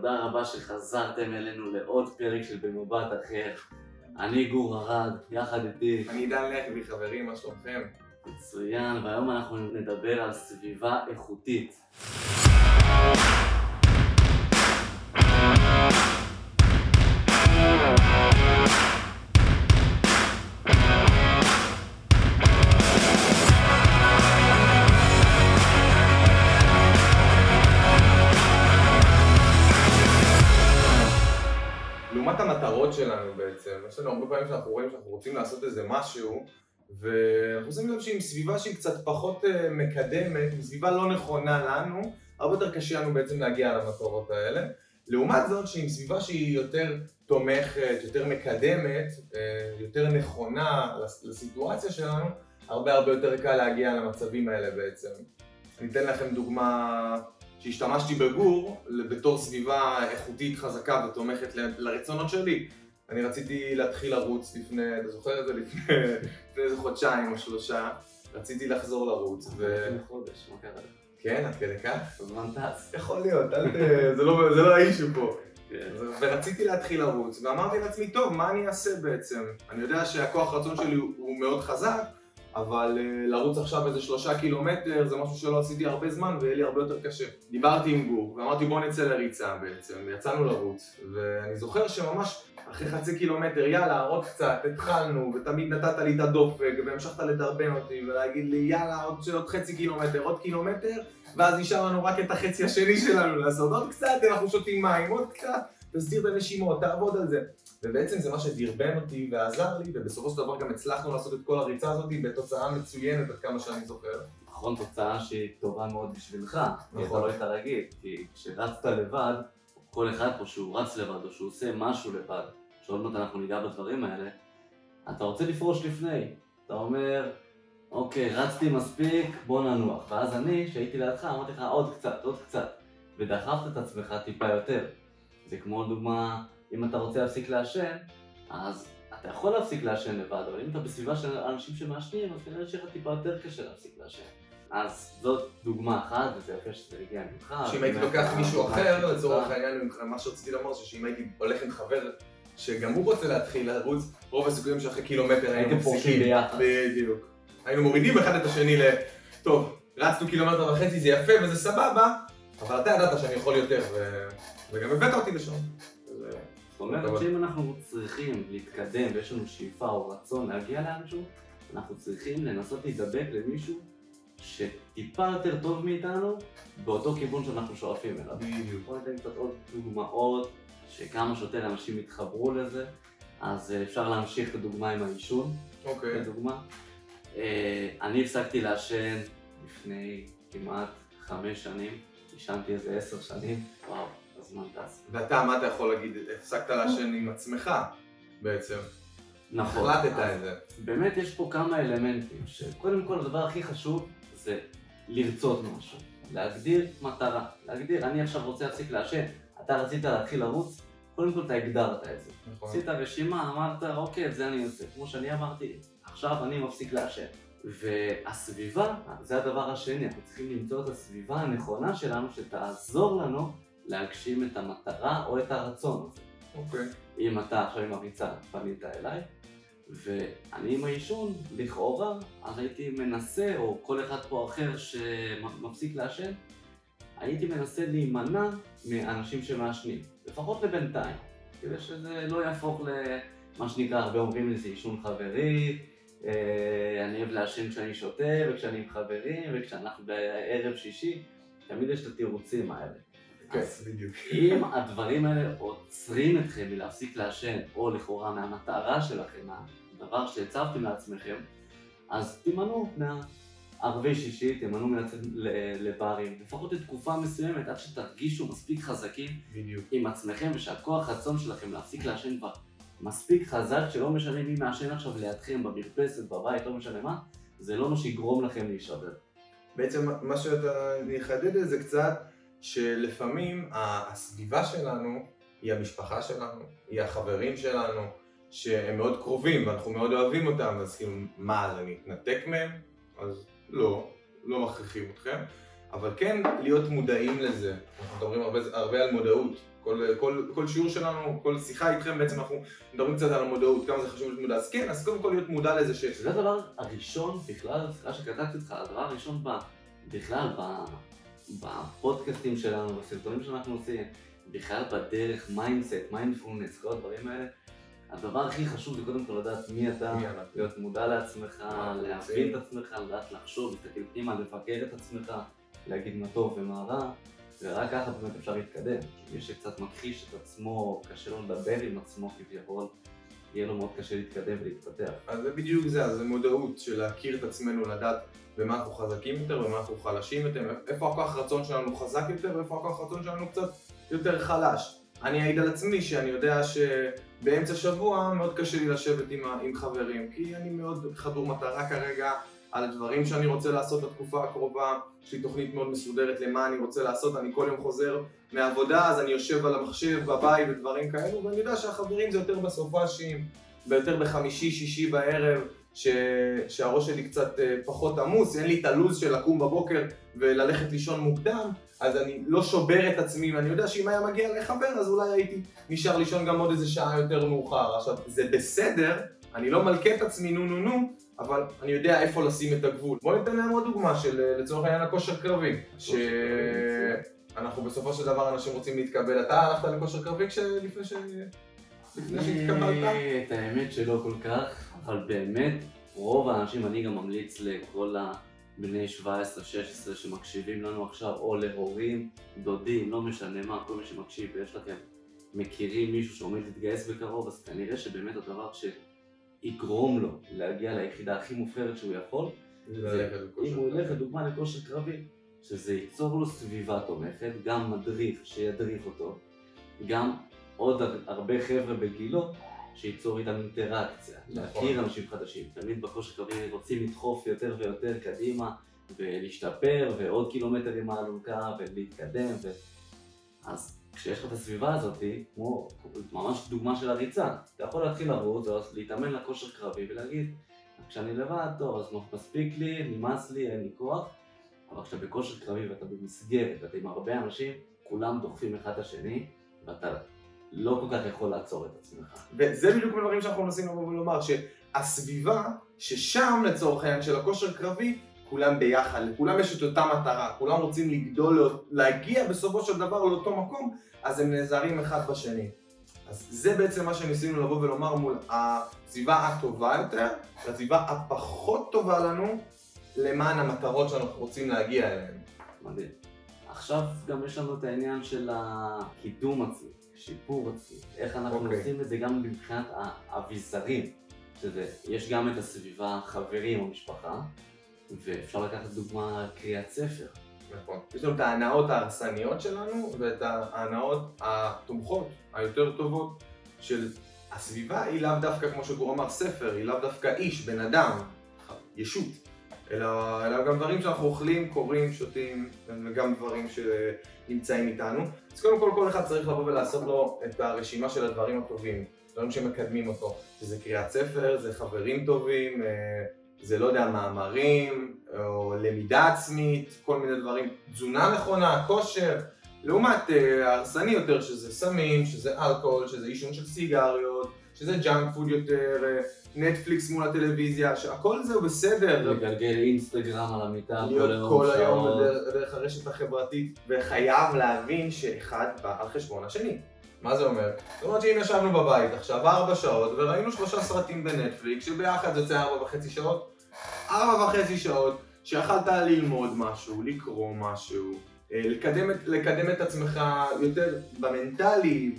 תודה רבה שחזרתם אלינו לעוד פרק של במבט אחר. אני גור ארד, יחד איתי. אני עידן לחבי, חברים, מה שלומכם? מצוין, והיום אנחנו נדבר על סביבה איכותית. לעומת המטרות שלנו בעצם, יש לנו הרבה פעמים שאנחנו רואים שאנחנו רוצים לעשות איזה משהו ואנחנו עושים לב שעם סביבה שהיא קצת פחות מקדמת, עם סביבה לא נכונה לנו, הרבה יותר קשה לנו בעצם להגיע למטרות האלה. לעומת זאת שעם סביבה שהיא יותר תומכת, יותר מקדמת, יותר נכונה לסיטואציה שלנו, הרבה יותר קל להגיע למצבים האלה בעצם. אני אתן לכם דוגמה שהשתמשתי בגור בתור סביבה איכותית חזקה ותומכת לרצונות שלי. אני רציתי להתחיל לרוץ לפני, אתה זוכר את זה? לפני איזה חודשיים או שלושה, רציתי לחזור לרוץ לפני חודש, מה קרה? כן, עד כדי כך? הזמן טס. יכול להיות, זה לא האישו פה. ורציתי להתחיל לרוץ, ואמרתי לעצמי, טוב, מה אני אעשה בעצם? אני יודע שהכוח רצון שלי הוא מאוד חזק, אבל לרוץ עכשיו איזה 3 קילומטר זה משהו שלא עשיתי הרבה זמן ויהיה לי הרבה יותר קשה. דיברתי עם גור ואמרתי בוא נצא לריצה בעצם, ויצאנו לרוץ, ואני זוכר שממש אחרי חצי קילומטר, יאללה, עוד קצת, התחלנו, ותמיד נתת לי את הדופק והמשכת לדרבן אותי ולהגיד לי יאללה, עוד חצי קילומטר, עוד קילומטר, ואז נשאר לנו רק את החצי השני שלנו לעשות עוד קצת, אנחנו שותים מים, עוד קצת, תסדיר את הנשימות, תעבוד על זה. ובעצם זה מה שדרבן אותי ועזר לי, ובסופו של דבר גם הצלחנו לעשות את כל הריצה הזאת בתוצאה מצוינת עד כמה שאני זוכר. נכון, תוצאה שהיא טובה מאוד בשבילך, כי אתה לא היית רגיל, כי כשרצת לבד, כל אחד פה שהוא רץ לבד או שהוא עושה משהו לבד, שעוד מעט אנחנו ניגע בדברים האלה, אתה רוצה לפרוש לפני, אתה אומר, אוקיי, רצתי מספיק, בוא ננוח, ואז אני, שהייתי לידך, אמרתי לך עוד קצת, ודחפת את עצמך טיפה יותר. זה כמו דוגמה, אם אתה רוצה להפסיק לעשן, אז אתה יכול להפסיק לעשן לבד, אבל אם אתה בסביבה של אנשים שמעשנים, אז כנראה שיהיה לך טיפה יותר קשה להפסיק לעשן. אז זאת דוגמה אחת, וזה יפה שזה הגיע ממך. שאם הייתי לוקח מישהו אחר, לצורך העניין, מה שרציתי לומר, שאם הייתי הולך עם חבר שגם הוא רוצה להתחיל לרוץ, רוב הסיכויים שאחרי קילומטר היינו מפסיקים. בדיוק. היינו מורידים אחד את השני טוב, רצנו 1.5 קילומטר, זה יפה וזה סבבה, אבל אתה ידעת שאני יכול יותר, וגם הבאת אותי לשם. זאת אומרת שאם אנחנו צריכים להתקדם ויש לנו שאיפה או רצון להגיע לאנשהו, אנחנו צריכים לנסות להידבק למישהו שטיפה יותר טוב מאיתנו באותו כיוון שאנחנו שואפים אליו. בדיוק. בוא ניתן קצת עוד דוגמאות שכמה שיותר אנשים יתחברו לזה, אז אפשר להמשיך את הדוגמה עם העישון. אוקיי. לדוגמה. אני הפסקתי לעשן לפני כמעט 5 שנים, עישנתי איזה 10 שנים, וואו. הזמן טס. ואתה, מה אתה יכול להגיד? הפסקת לעשן עם עצמך בעצם. נכון. החלטת את זה. באמת יש פה כמה אלמנטים, שקודם כל הדבר הכי חשוב זה לרצות משהו. להגדיר מטרה. להגדיר, אני עכשיו רוצה להפסיק לעשן, אתה רצית להתחיל לרוץ, קודם כל אתה הגדרת את זה. נכון. עשית רשימה, אמרת, אוקיי, את זה אני עושה. כמו שאני אמרתי, עכשיו אני מפסיק לעשן. והסביבה, זה הדבר השני, אנחנו צריכים למצוא את הסביבה הנכונה שלנו שתעזור לנו להגשים את המטרה או את הרצון הזה. אוקיי. אם אתה עכשיו עם הריצה פנית אליי, ואני עם העישון, לכאורה, אז הייתי מנסה, או כל אחד פה אחר שמפסיק לעשן, הייתי מנסה להימנע מאנשים שמעשנים, לפחות לבינתיים, כדי שזה לא יהפוך למה שנקרא, הרבה אומרים לזה עישון חברי, אני אוהב לעשן כשאני שותה וכשאני עם חברים וכשאנחנו בערב שישי, תמיד יש את התירוצים האלה. אז בדיוק. אם הדברים האלה עוצרים אתכם מלהפסיק לעשן, או לכאורה מהמטרה שלכם, הדבר שהצבתם לעצמכם, אז תימנעו מהערבי שישי, תימנעו מלצאת לברים, לפחות לתקופה מסוימת, עד שתרגישו מספיק חזקים עם עצמכם, ושהכוח רצון שלכם להפסיק לעשן כבר מספיק חזק, שלא משנה מי מעשן עכשיו לידכם, במרפסת, בבית, לא משנה מה, זה לא מה שיגרום לכם להישבר. בעצם מה שאתה נחדד את זה קצת, שלפעמים הסביבה שלנו היא המשפחה שלנו, היא החברים שלנו, שהם מאוד קרובים ואנחנו מאוד אוהבים אותם, אז כאילו, מה, אז אני אתנתק מהם? אז לא מכריחים אתכם. אבל כן להיות מודעים לזה. אנחנו מדברים הרבה על מודעות. כל שיעור שלנו, כל שיחה איתכם בעצם אנחנו מדברים קצת על המודעות, כמה זה חשוב להיות מודע. אז כן, אז קודם כל להיות מודע לזה זה הדבר הראשון בכלל, סליחה שקטעתי אותך, הדבר הראשון בכלל בפודקאסטים שלנו, בסרטונים שאנחנו עושים, בכלל בדרך, מיינדסט, מיינדפולנס, כל הדברים האלה. הדבר הכי חשוב זה קודם כל לדעת מי אתה, להיות מודע לעצמך, להבין את עצמך, לדעת לחשוב, להסתכל פנימה, לבקר את עצמך, להגיד מה טוב ומה רע, ורק ככה באמת אפשר להתקדם. מי שקצת מכחיש את עצמו, קשה לו לדבר עם עצמו כביכול, יהיה לו מאוד קשה להתקדם ולהתפתח. אז זה בדיוק זה, אז זה מודעות של להכיר את עצמנו, לדעת במה אנחנו חזקים יותר, במה אנחנו חלשים יותר, איפה הכוח רצון שלנו חזק יותר, ואיפה הכוח רצון שלנו קצת יותר חלש. אני אעיד על עצמי שאני יודע שבאמצע שבוע מאוד קשה לי לשבת עם חברים, כי אני מאוד חדור מטרה כרגע על הדברים שאני רוצה לעשות בתקופה הקרובה. יש לי תוכנית מאוד מסודרת למה אני רוצה לעשות, אני כל יום חוזר מהעבודה, אז אני יושב על המחשב בבית ודברים כאלו, ואני יודע שהחברים זה יותר בסופשים, ביותר בחמישי, שישי בערב, שהראש שלי קצת פחות עמוס, אין לי את הלוז של לקום בבוקר וללכת לישון מוקדם, אז אני לא שובר את עצמי, ואני יודע שאם היה מגיע לחבר, אז אולי הייתי נשאר לישון גם עוד איזה שעה יותר מאוחר. עכשיו, זה בסדר, אני לא מלכה את עצמי נו, אבל אני יודע איפה לשים את הגבול. בואו ניתן להם עוד דוגמה של לצורך העניין הכושר קרבי, שאנחנו בסופו של דבר אנשים רוצים להתקבל. אתה הלכת לכושר קרבי לפני שהתקבלת? את האמת שלא כל כך, אבל באמת רוב האנשים, אני גם ממליץ לכל בני 17-16 שמקשיבים לנו עכשיו, או להורים, דודים, לא משנה מה, כל מי שמקשיב ויש לכם מכירים מישהו שעומד להתגייס בקרוב, אז כנראה שבאמת הדבר שיגרום לו להגיע ליחידה הכי מופרת שהוא יכול, אם הוא ילך לדוגמה לכושר קרבי, שזה ייצור לו סביבה תומכת, גם מדריך שידריך אותו, גם עוד הרבה חבר'ה בגילו שייצור איתם אינטראקציה, להכיר אנשים חדשים. תמיד בכושר קרבי רוצים לדחוף יותר ויותר קדימה ולהשתפר ועוד קילומטר עם האלונקה ולהתקדם. אז כשיש לך את הסביבה הזאת, כמו ממש דוגמה של הריצה, אתה יכול להתחיל לרוץ או להתאמן לכושר קרבי ולהגיד, כשאני לבד, טוב, אז מספיק לי, נמאס לי, אין לי כוח. אבל כשאתה בכושר קרבי ואתה במסגרת ואתה עם הרבה אנשים, כולם דוחפים אחד את השני ואתה לא כל כך יכול לעצור את עצמך. וזה בדיוק דברים שאנחנו מנסים לבוא ולומר, שהסביבה, ששם לצורך העניין של הכושר קרבי, כולם ביחד, לכולם יש את אותה מטרה, כולם רוצים לגדול, להגיע בסופו של דבר לאותו מקום, אז הם נעזרים אחד בשני. אז זה בעצם מה שניסינו לבוא ולומר מול הסביבה הטובה יותר, והסביבה הפחות טובה לנו, למען המטרות שאנחנו רוצים להגיע אליהן. מדהים. עכשיו גם יש לנו את העניין של הקידום עצמי. שיפור עצמי, איך אנחנו עושים את זה גם מבחינת האביזרים, שזה, יש גם את הסביבה, חברים או משפחה, ואפשר לקחת דוגמה קריאת ספר. נכון. יש לנו את ההנאות ההרסניות שלנו, ואת ההנאות התומכות, היותר טובות, של הסביבה היא לאו דווקא, כמו שגור אמר, ספר, היא לאו דווקא איש, בן אדם, ישות, אלא גם דברים שאנחנו אוכלים, קוראים, שותים, וגם דברים שנמצאים איתנו. אז קודם כל אחד צריך לבוא ולעשות לו את הרשימה של הדברים הטובים, דברים שמקדמים אותו. שזה קריאת ספר, זה חברים טובים, זה לא יודע, מאמרים, או למידה עצמית, כל מיני דברים, תזונה נכונה, כושר, לעומת הרסני יותר, שזה סמים, שזה אלכוהול, שזה עישון של סיגריות, שזה ג'אנק פוד יותר, נטפליקס מול הטלוויזיה, שהכל זה בסדר. לגלגל אינסטגרם על המיטה להיות כל היום דרך הרשת החברתית, וחייב להבין שאחד בא על חשבון השני. מה זה אומר? זאת אומרת שאם ישבנו בבית עכשיו 4 שעות וראינו 3 סרטים בנטפליקס, שביחד זה יוצא 4.5 שעות, 4.5 שעות שיכלת ללמוד משהו, לקרוא משהו, לקדם את עצמך יותר במנטלי,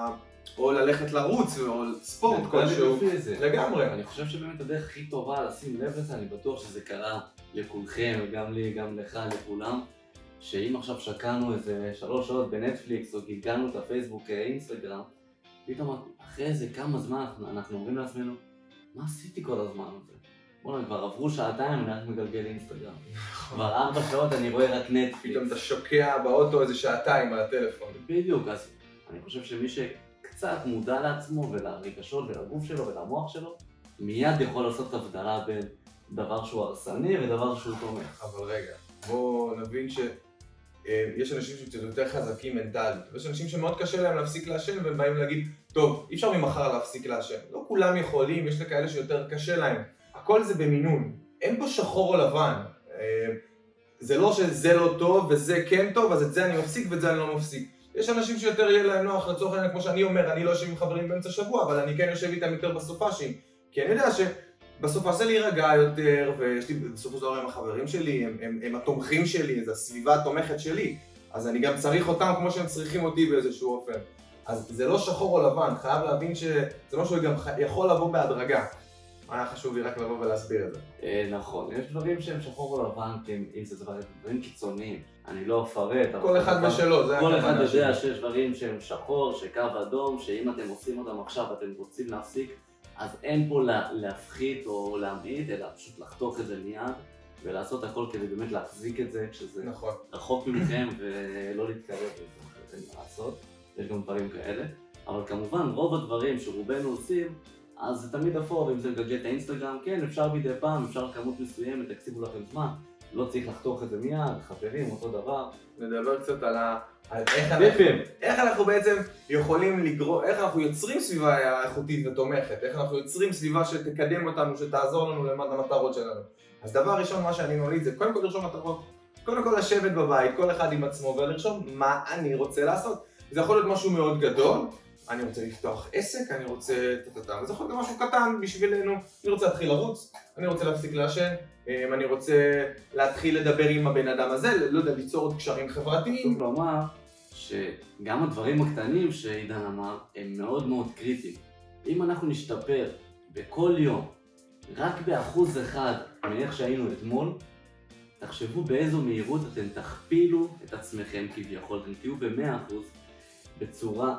או ללכת לרוץ, או ספורט כלשהו, לגמרי. אני חושב שבאמת הדרך הכי טובה לשים לב לזה, אני בטוח שזה קרה לכולכם, גם לי, גם לך, לכולם, שאם עכשיו שקענו איזה 3 שעות בנטפליקס, או גלגלנו את הפייסבוק, אינסטגרם, פתאום אחרי איזה כמה זמן אנחנו אומרים לעצמנו, מה עשיתי כל הזמן הזה? בוא'נה, כבר עברו 2 שעתיים, אני רק מגלגל אינסטגרם. כבר 4 שעות אני רואה רק נטפליקס. פתאום אתה שוקע באוטו איזה 2 שעתיים על הטלפון. בדיוק, אז אני חושב שמי שקצת מודע לעצמו ולרגשות ולגוף שלו ולמוח שלו, מיד יכול לעשות הבדלה בין דבר שהוא הרסני ודבר שהוא תומך. אבל רגע, בואו נבין שיש אנשים שקצת יותר חזקים מנטלית, ויש אנשים שמאוד קשה להם להפסיק לעשן, והם באים להגיד, טוב, אי אפשר ממחר להפסיק לעשן. לא כולם יכולים, יש לכאלה שיותר קשה להם. הכל זה במינון. אין פה שחור או לבן. זה לא שזה לא טוב וזה כן טוב, אז את זה אני מפסיק ואת זה אני לא מפסיק. יש אנשים שיותר יהיה להם נוח, לצורך העניין, כמו שאני אומר, אני לא יושב עם חברים באמצע שבוע, אבל אני כן יושב איתם יותר בסופאשים. כי אני יודע שבסופה זה להירגע יותר, ויש לי בסופו של דבר עם החברים שלי, הם התומכים שלי, זה הסביבה התומכת שלי. אז אני גם צריך אותם כמו שהם צריכים אותי באיזשהו אופן. אז זה לא שחור או לבן, חייב להבין שזה משהו שגם יכול לבוא בהדרגה. היה חשוב לי רק לבוא ולהסביר את זה. נכון, יש דברים שהם שחור או לבן, אם זה דברים קיצוניים. אני לא אפרט. כל אחד בשלו, זה כל אחד יודע שיש דברים שהם שחור, שקו אדום, שאם אתם עושים אותם עכשיו ואתם רוצים להפסיק, אז אין פה להפחית או להמעיט, אלא פשוט לחתוך את זה מיד, ולעשות הכל כדי באמת להחזיק את זה, כשזה רחוק ממכם ולא להתקרב לזה, זה לעשות. יש גם דברים כאלה. אבל כמובן, רוב הדברים שרובנו עושים, אז זה תמיד אפור, אם זה לג'ט האינסטגרם, כן, אפשר מדי פעם, אפשר כמות מסוימת, תקציבו לכם זמן, לא צריך לחתוך את זה מיד, חברים, אותו דבר. נדבר קצת על איך אנחנו בעצם יכולים לגרום, איך אנחנו יוצרים סביבה איכותית ותומכת, איך אנחנו יוצרים סביבה שתקדם אותנו, שתעזור לנו למען המטרות שלנו. אז דבר ראשון, מה שאני נוליד זה קודם כל לרשום מטרות, קודם כל לשבת בבית, כל אחד עם עצמו, ולרשום מה אני רוצה לעשות. זה יכול להיות משהו מאוד גדול, אני רוצה לפתוח עסק, אני רוצה תתתם, זה יכול להיות משהו קטן בשבילנו, אני רוצה להתחיל לרוץ, אני רוצה להפסיק לעשן, אני רוצה להתחיל לדבר עם הבן אדם הזה, לא יודע, ליצור עוד קשרים חברתיים. חשוב לומר שגם הדברים הקטנים שעידן אמר הם מאוד מאוד קריטיים. אם אנחנו נשתפר בכל יום, רק ב1% מאיך שהיינו אתמול, תחשבו באיזו מהירות אתם תכפילו את עצמכם כביכול, אתם תהיו ב100% בצורה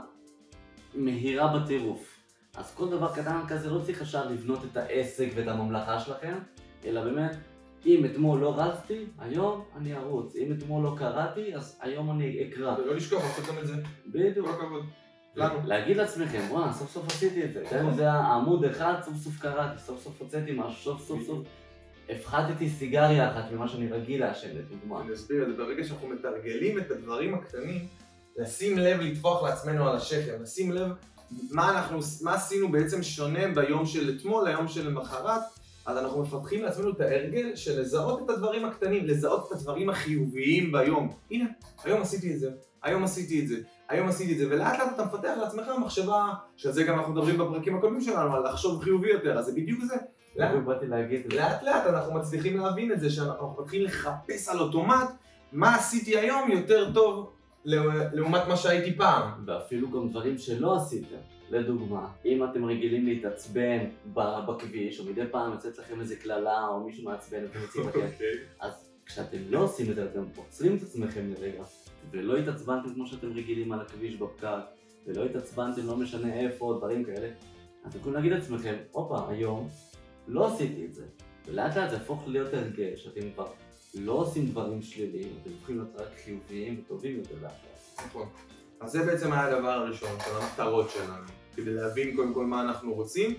מהירה בטירוף. אז כל דבר קטן כזה לא צריך עכשיו לבנות את העסק ואת הממלכה שלכם, אלא באמת, אם אתמול לא רצתי, היום אני ארוץ. אם אתמול לא קראתי, אז היום אני אקרא. ולא לשכוח, עשיתם את זה. בדיוק. כל הכבוד. לנו. להגיד לעצמכם, וואו, סוף סוף עשיתי את זה. גם אם זה העמוד אחד, סוף סוף קראתי, סוף סוף הוצאתי משהו, סוף סוף הפחתתי סיגריה אחת ממה שאני רגיל לעשן, לדוגמה. אני אסביר את זה, ברגע שאנחנו מתרגלים את הדברים הקטנים, לשים לב לטפוח לעצמנו על השכם, לשים לב מה עשינו בעצם שונה ביום של אתמול, היום של מחרת, אז אנחנו מפתחים לעצמנו את ההרגל של לזהות את הדברים הקטנים, לזהות את הדברים החיוביים ביום. הנה, היום עשיתי את זה, היום עשיתי את זה, היום עשיתי את זה, ולאט לאט אתה מפתח לעצמך מחשבה, שעל זה גם אנחנו מדברים בפרקים הקודמים שלנו, על לחשוב חיובי יותר, אז זה בדיוק זה. לאט לאט אנחנו מצליחים להבין את זה, שאנחנו מתחילים לחפש על אוטומט מה עשיתי היום יותר טוב לעומת מה שהייתי פעם. ואפילו גם דברים שלא עשיתם. לדוגמה, אם אתם רגילים להתעצבן בכביש, או מדי פעם יוצאת לכם איזה קללה, או מישהו מעצבן, אתם יוצאים בכיף, אז כשאתם לא עושים את זה, אתם עוצרים את עצמכם לרגע, ולא התעצבנתם כמו שאתם רגילים על הכביש בפקק, ולא התעצבנתם לא משנה איפה, דברים כאלה, אז אתם יכולים להגיד לעצמכם, הופה, היום לא עשיתי את זה. ולאט לאט זה הפוך להיות הרגל, שאתם כבר לא עושים דברים שליליים, אתם יכולים להיות רק חיוביים וטובים יותר לאט לאט. נכון. אז זה בעצם היה הדבר הראשון, של המטרות שלנו, כדי להבין קודם כל מה אנחנו רוצים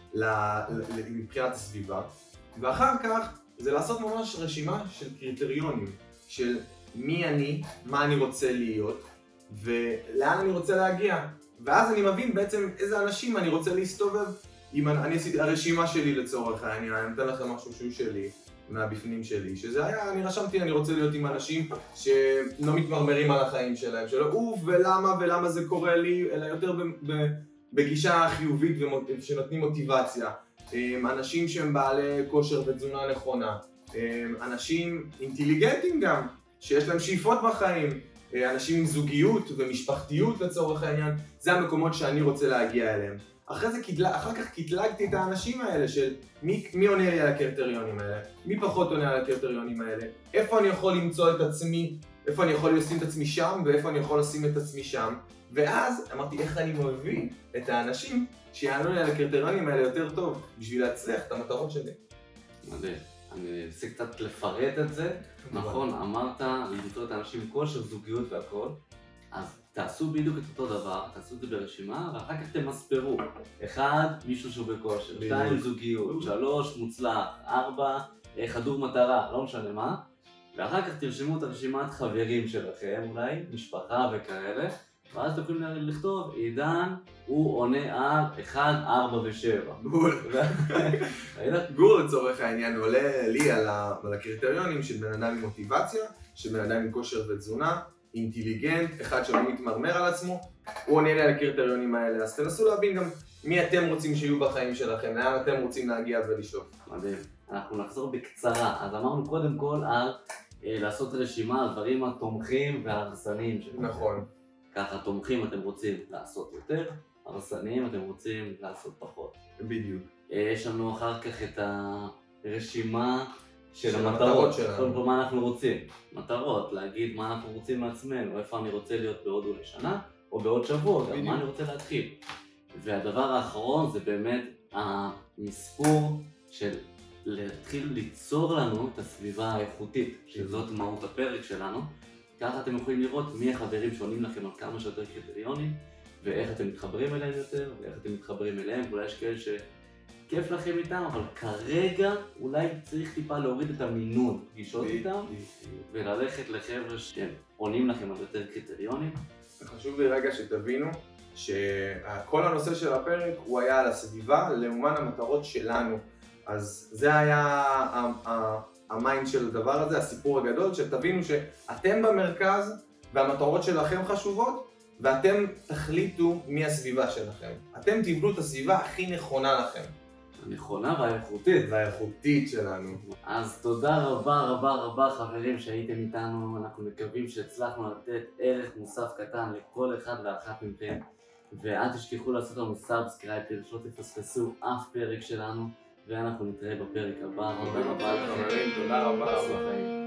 מבחינת הסביבה, ואחר כך זה לעשות ממש רשימה של קריטריונים, של מי אני, מה אני רוצה להיות, ולאן אני רוצה להגיע, ואז אני מבין בעצם איזה אנשים אני רוצה להסתובב. אם אני עשיתי הרשימה שלי לצורך העניין, אני נותן לכם משהו שהוא שלי, מהבפנים שלי, שזה היה, אני רשמתי, אני רוצה להיות עם אנשים שלא מתמרמרים על החיים שלהם, שלא אוף ולמה זה קורה לי, אלא יותר בגישה חיובית ושנותנים מוטיבציה. אנשים שהם בעלי כושר ותזונה נכונה, אנשים אינטליגנטים גם, שיש להם שאיפות בחיים, אנשים עם זוגיות ומשפחתיות לצורך העניין, זה המקומות שאני רוצה להגיע אליהם. אחר כך קטלגתי את האנשים האלה של מי עונה לי על הקריטריונים האלה, מי פחות עונה על הקריטריונים האלה, איפה אני יכול למצוא את עצמי, איפה אני יכול לשים את עצמי שם ואיפה אני יכול לשים את עצמי שם, ואז אמרתי איך אני מביא את האנשים שיענו לי על הקריטריונים האלה יותר טוב בשביל להצליח את המטרות שלי. מדהים. אני אנסה קצת לפרט את זה. נכון, אמרת למצוא את האנשים עם כושר, זוגיות והכל. אז תעשו בדיוק את אותו דבר, תעשו את זה ברשימה, ואחר כך תמספרו. 1, מישהו שהוא בכושר, 2, זוגיות, 3, מוצלח, 4, חדור מטרה, לא משנה מה. ואחר כך תרשמו את הרשימת חברים שלכם, אולי, משפחה וכאלה, ואז אתם יכולים לכתוב, עידן הוא עונה על 1, 4 ו-7. גור לצורך העניין עולה לי על הקריטריונים של בן אדם עם מוטיבציה, של בן אדם עם כושר ותזונה, אינטליגנט, אחד שלא מתמרמר על עצמו, הוא עונה לי על הקריטריונים האלה, אז תנסו להבין גם מי אתם רוצים שיהיו בחיים שלכם, לאן אתם רוצים להגיע ולשאוף. מדהים. אנחנו נחזור בקצרה, אז אמרנו קודם כל על לעשות רשימה על דברים התומכים וההרסניים שלכם. נכון. ככה תומכים אתם רוצים לעשות יותר, הרסניים אתם רוצים לעשות פחות. בדיוק. יש לנו אחר כך את הרשימה של המטרות המטרות, שלנו. קודם כל מה אנחנו רוצים, מטרות, להגיד מה אנחנו רוצים מעצמנו, איפה אני רוצה להיות בעוד אולי שנה, או בעוד שבוע, גם מה אני רוצה להתחיל. והדבר האחרון זה באמת המספור של להתחיל ליצור לנו את הסביבה האיכותית, שזאת מהות הפרק שלנו. ככה אתם יכולים לראות מי החברים שעונים לכם על כמה שיותר קריטריונים, ואיך אתם מתחברים אליהם יותר, ואיך אתם מתחברים אליהם, ואולי יש כאלה שכיף לכם איתם, אבל כרגע אולי צריך טיפה להוריד את המינון פגישות איתם, וללכת לחבר'ה שהם עונים לכם על יותר קריטריונים. חשוב לי רגע שתבינו שכל הנושא של הפרק הוא היה על הסביבה לעומת המטרות שלנו. אז זה היה המיינד של הדבר הזה, הסיפור הגדול, שתבינו שאתם במרכז והמטרות שלכם חשובות, ואתם תחליטו מי הסביבה שלכם. אתם תבלו את הסביבה הכי נכונה לכם. הנכונה והאיכותית. והאיכותית שלנו. אז תודה רבה רבה רבה חברים שהייתם איתנו, אנחנו מקווים שהצלחנו לתת ערך מוסף קטן לכל אחד ואחת מכם, ואל תשכחו לעשות לנו סאבסקרייב כדי שלא תפספסו אף פרק שלנו, ואנחנו נתראה בפרק הבא. תודה רבה. חברים, תודה רבה.